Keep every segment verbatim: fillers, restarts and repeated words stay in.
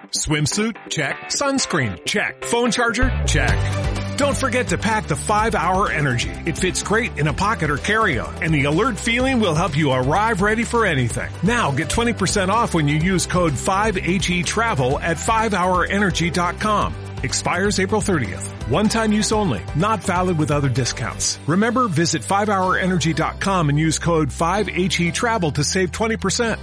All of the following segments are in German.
Swimsuit? Check. Sunscreen? Check. Phone charger? Check. Don't forget to pack the five hour Energy. It fits great in a pocket or carry-on, and the alert feeling will help you arrive ready for anything. Now get twenty percent off when you use code five H E travel at five hour energy dot com. Expires April thirtieth. One-time use only. Not valid with other discounts. Remember, visit five hour energy dot com and use code five H E travel to save twenty percent.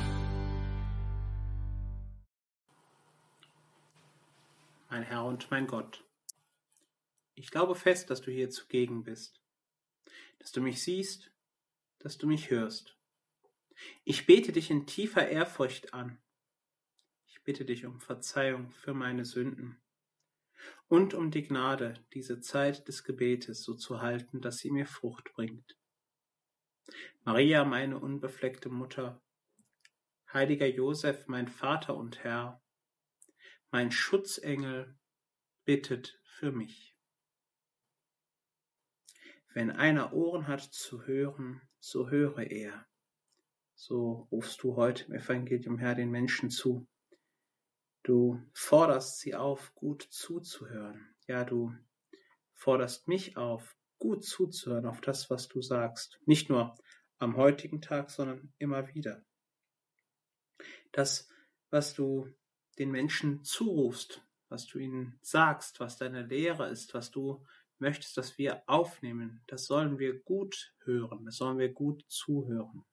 Mein Herr und mein Gott, ich glaube fest, dass du hier zugegen bist, dass du mich siehst, dass du mich hörst. Ich bete dich in tiefer Ehrfurcht an. Ich bitte dich um Verzeihung für meine Sünden und um die Gnade, diese Zeit des Gebetes so zu halten, dass sie mir Frucht bringt. Maria, meine unbefleckte Mutter, heiliger Josef, mein Vater und Herr, mein Schutzengel, bittet für mich. Wenn einer Ohren hat zu hören, so höre er. So rufst du heute im Evangelium, Herr, den Menschen zu. Du forderst sie auf, gut zuzuhören. Ja, du forderst mich auf, gut zuzuhören auf das, was du sagst. Nicht nur am heutigen Tag, sondern immer wieder. Das, was du den Menschen zurufst, was du ihnen sagst, was deine Lehre ist, was du möchtest, dass wir aufnehmen, das sollen wir gut hören, das sollen wir gut zuhören.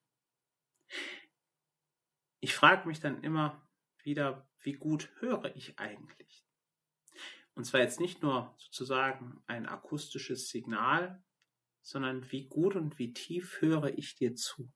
Ich frage mich dann immer wieder, wie gut höre ich eigentlich? Und zwar jetzt nicht nur sozusagen ein akustisches Signal, sondern wie gut und wie tief höre ich dir zu?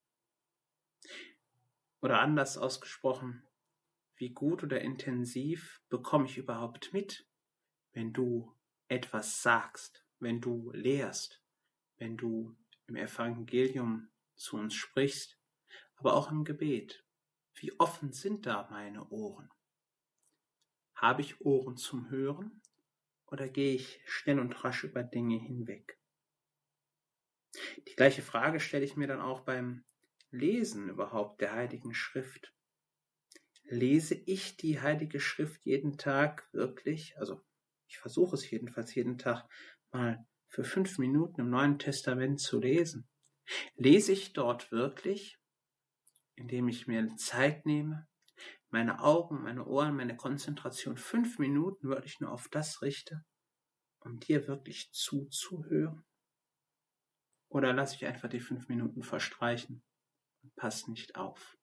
Oder anders ausgesprochen, wie gut oder intensiv bekomme ich überhaupt mit, wenn du etwas sagst, wenn du lehrst, wenn du im Evangelium zu uns sprichst, aber auch im Gebet. Wie offen sind da meine Ohren? Habe ich Ohren zum Hören oder gehe ich schnell und rasch über Dinge hinweg? Die gleiche Frage stelle ich mir dann auch beim Lesen überhaupt der Heiligen Schrift. Lese ich die Heilige Schrift jeden Tag wirklich? Also ich versuche es jedenfalls jeden Tag mal für fünf Minuten im Neuen Testament zu lesen. Lese ich dort wirklich, indem ich mir Zeit nehme, meine Augen, meine Ohren, meine Konzentration fünf Minuten wirklich nur auf das richte, um dir wirklich zuzuhören? Oder lasse ich einfach die fünf Minuten verstreichen und passe nicht auf?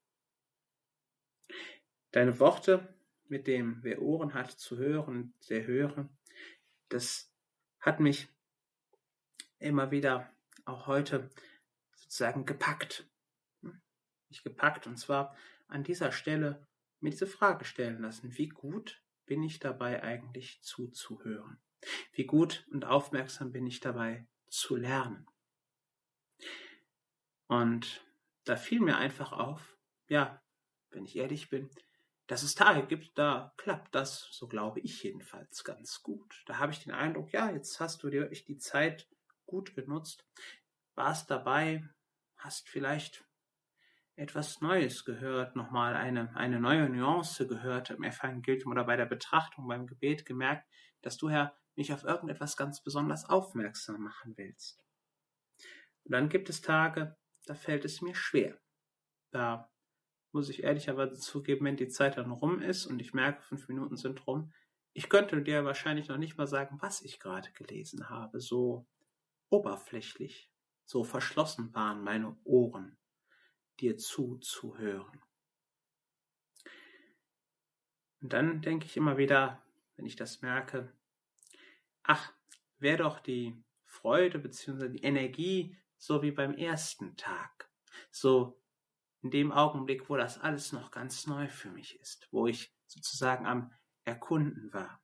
Deine Worte, mit dem wer Ohren hat zu hören, der höre, das hat mich immer wieder auch heute sozusagen gepackt. Mich gepackt und zwar an dieser Stelle mir diese Frage stellen lassen: Wie gut bin ich dabei eigentlich zuzuhören? Wie gut und aufmerksam bin ich dabei zu lernen? Und da fiel mir einfach auf, ja, wenn ich ehrlich bin, dass es Tage gibt, da klappt das, so glaube ich jedenfalls, ganz gut. Da habe ich den Eindruck, ja, jetzt hast du dir wirklich die Zeit gut genutzt, warst dabei, hast vielleicht etwas Neues gehört, nochmal eine, eine neue Nuance gehört im Evangelium oder bei der Betrachtung, beim Gebet gemerkt, dass du, Herr, mich auf irgendetwas ganz besonders aufmerksam machen willst. Und dann gibt es Tage, da fällt es mir schwer. Da muss ich ehrlicherweise zugeben, wenn die Zeit dann rum ist und ich merke, fünf Minuten sind rum, ich könnte dir wahrscheinlich noch nicht mal sagen, was ich gerade gelesen habe. So oberflächlich, so verschlossen waren meine Ohren, dir zuzuhören. Und dann denke ich immer wieder, wenn ich das merke, ach, wäre doch die Freude bzw. die Energie so wie beim ersten Tag. So in dem Augenblick, wo das alles noch ganz neu für mich ist, wo ich sozusagen am Erkunden war.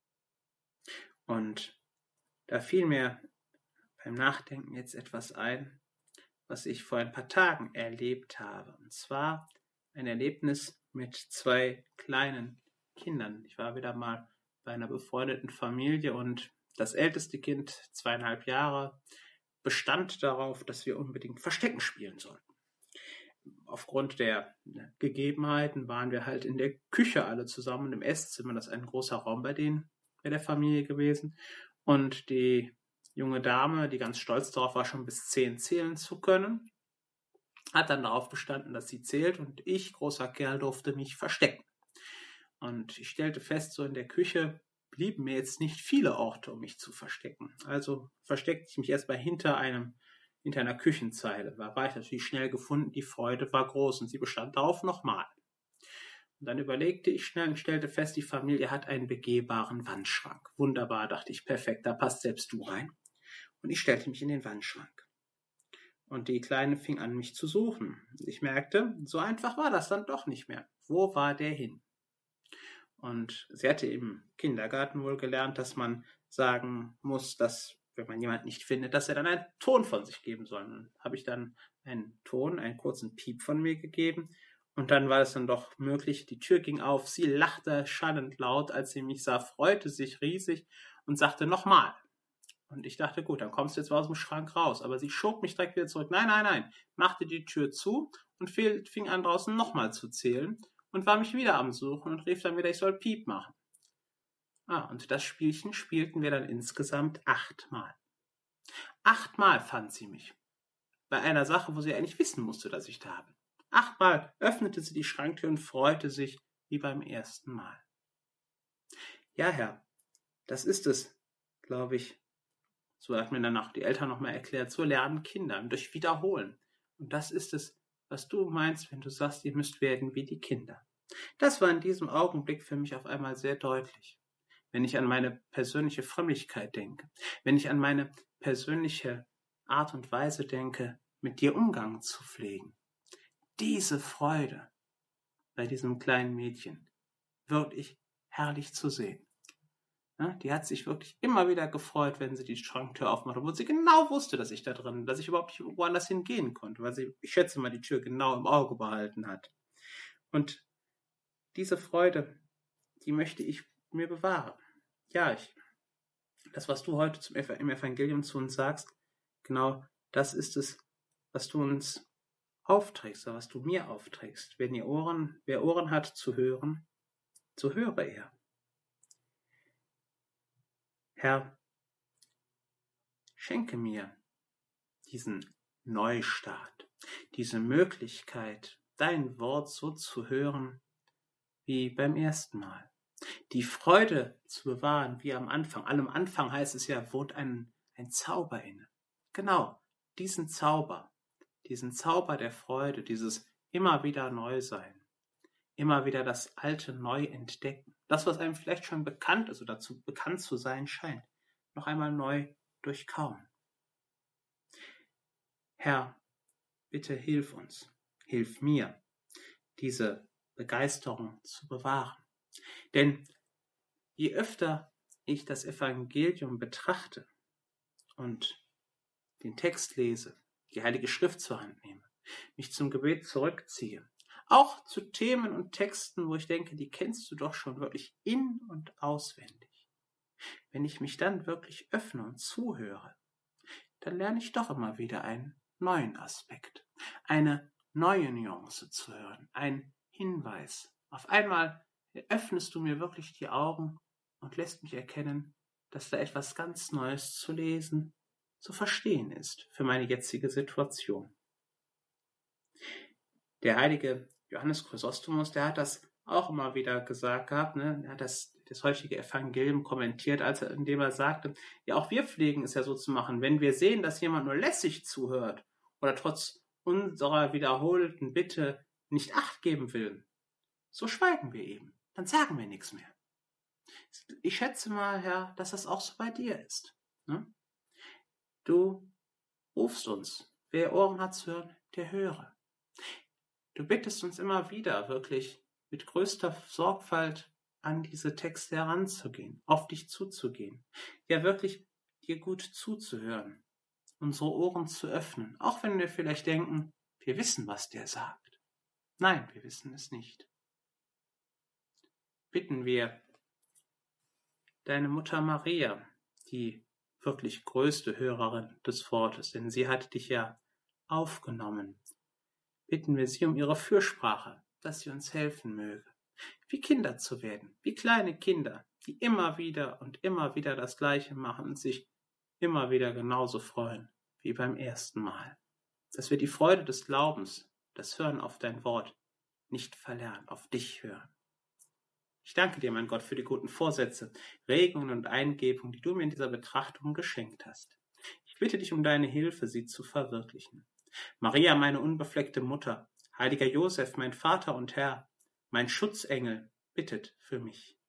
Und da fiel mir beim Nachdenken jetzt etwas ein, was ich vor ein paar Tagen erlebt habe. Und zwar ein Erlebnis mit zwei kleinen Kindern. Ich war wieder mal bei einer befreundeten Familie und das älteste Kind, zweieinhalb Jahre, bestand darauf, dass wir unbedingt Verstecken spielen sollten. aufgrund der Gegebenheiten waren wir halt in der Küche alle zusammen und im Esszimmer. Das ist ein großer Raum bei denen, bei der Familie gewesen. Und die junge Dame, die ganz stolz darauf war, schon bis zehn zählen zu können, hat dann darauf bestanden, dass sie zählt, und ich, großer Kerl, durfte mich verstecken. Und ich stellte fest, so in der Küche blieben mir jetzt nicht viele Orte, um mich zu verstecken. Also versteckte ich mich erstmal hinter einem, hinter einer Küchenzeile. Da war ich natürlich schnell gefunden, die Freude war groß und sie bestand darauf nochmal. Und dann überlegte ich schnell und stellte fest, die Familie hat einen begehbaren Wandschrank. Wunderbar, dachte ich, perfekt, da passt selbst du rein. Und ich stellte mich in den Wandschrank. Und die Kleine fing an, mich zu suchen. Ich merkte, so einfach war das dann doch nicht mehr. Wo war der hin? Und sie hatte im Kindergarten wohl gelernt, dass man sagen muss, dass, wenn man jemanden nicht findet, dass er dann einen Ton von sich geben soll. Und habe ich dann einen Ton, einen kurzen Piep von mir gegeben. Und dann war es dann doch möglich, die Tür ging auf, sie lachte schallend laut, als sie mich sah, freute sich riesig und sagte nochmal. Und ich dachte, gut, dann kommst du jetzt mal aus dem Schrank raus. Aber sie schob mich direkt wieder zurück. Nein, nein, nein, machte die Tür zu und fing an, draußen nochmal zu zählen. Und war mich wieder am Suchen und rief dann wieder, ich soll Piep machen. Ah, und das Spielchen spielten wir dann insgesamt achtmal. Achtmal fand sie mich. Bei einer Sache, wo sie eigentlich wissen musste, dass ich da bin. Achtmal öffnete sie die Schranktür und freute sich wie beim ersten Mal. Ja, Herr, das ist es, glaube ich. So hat mir dann auch die Eltern nochmal erklärt, so lernen Kinder durch Wiederholen. Und das ist es, was du meinst, wenn du sagst, ihr müsst werden wie die Kinder. Das war in diesem Augenblick für mich auf einmal sehr deutlich. Wenn ich an meine persönliche Frömmigkeit denke, wenn ich an meine persönliche Art und Weise denke, mit dir Umgang zu pflegen. Diese Freude bei diesem kleinen Mädchen, wirklich herrlich zu sehen. Ja, die hat sich wirklich immer wieder gefreut, wenn sie die Schranktür aufmacht, obwohl sie genau wusste, dass ich da drin, dass ich überhaupt nicht woanders hingehen konnte, weil sie, ich schätze mal, die Tür genau im Auge behalten hat. Und diese Freude, die möchte ich mir bewahren. Ja, ich, das, was du heute zum, im Evangelium zu uns sagst, genau das ist es, was du uns aufträgst, was du mir aufträgst. Wenn ihr Ohren, wer Ohren hat zu hören, so höre er. Herr, schenke mir diesen Neustart, diese Möglichkeit, dein Wort so zu hören wie beim ersten Mal. Die Freude zu bewahren wie am Anfang. Allem Anfang heißt es ja, wohnt ein, ein Zauber inne. Genau, diesen Zauber, diesen Zauber der Freude, dieses immer wieder Neusein, immer wieder das Alte neu entdecken. Das, was einem vielleicht schon bekannt ist oder dazu bekannt zu sein scheint, noch einmal neu durchkauen. Herr, bitte hilf uns, hilf mir, diese Begeisterung zu bewahren. Denn je öfter ich das Evangelium betrachte und den Text lese, die Heilige Schrift zur Hand nehme, mich zum Gebet zurückziehe, auch zu Themen und Texten, wo ich denke, die kennst du doch schon wirklich in- und auswendig. Wenn ich mich dann wirklich öffne und zuhöre, dann lerne ich doch immer wieder einen neuen Aspekt, eine neue Nuance zu hören, einen Hinweis. Auf einmal öffnest du mir wirklich die Augen und lässt mich erkennen, dass da etwas ganz Neues zu lesen, zu verstehen ist für meine jetzige Situation. Der heilige Johannes Chrysostomus, der hat das auch immer wieder gesagt gehabt, ne? Er hat das, das heutige Evangelium kommentiert, als er, indem er sagte, ja, auch wir pflegen es ja so zu machen, wenn wir sehen, dass jemand nur lässig zuhört oder trotz unserer wiederholten Bitte nicht Acht geben will, so schweigen wir eben, dann sagen wir nichts mehr. Ich schätze mal, Herr, dass das auch so bei dir ist. Ne? Du rufst uns, wer Ohren hat zu hören, der höre. Du bittest uns immer wieder, wirklich mit größter Sorgfalt an diese Texte heranzugehen, auf dich zuzugehen, ja wirklich dir gut zuzuhören, unsere Ohren zu öffnen, auch wenn wir vielleicht denken, wir wissen, was der sagt. Nein, wir wissen es nicht. Bitten wir deine Mutter Maria, die wirklich größte Hörerin des Wortes, denn sie hat dich ja aufgenommen, bitten wir sie um ihre Fürsprache, dass sie uns helfen möge, wie Kinder zu werden, wie kleine Kinder, die immer wieder und immer wieder das Gleiche machen und sich immer wieder genauso freuen wie beim ersten Mal. Dass wir die Freude des Glaubens, das Hören auf dein Wort, nicht verlernen, auf dich hören. Ich danke dir, mein Gott, für die guten Vorsätze, Regungen und Eingebungen, die du mir in dieser Betrachtung geschenkt hast. Ich bitte dich um deine Hilfe, sie zu verwirklichen. Maria, meine unbefleckte Mutter, heiliger Josef, mein Vater und Herr, mein Schutzengel, bittet für mich.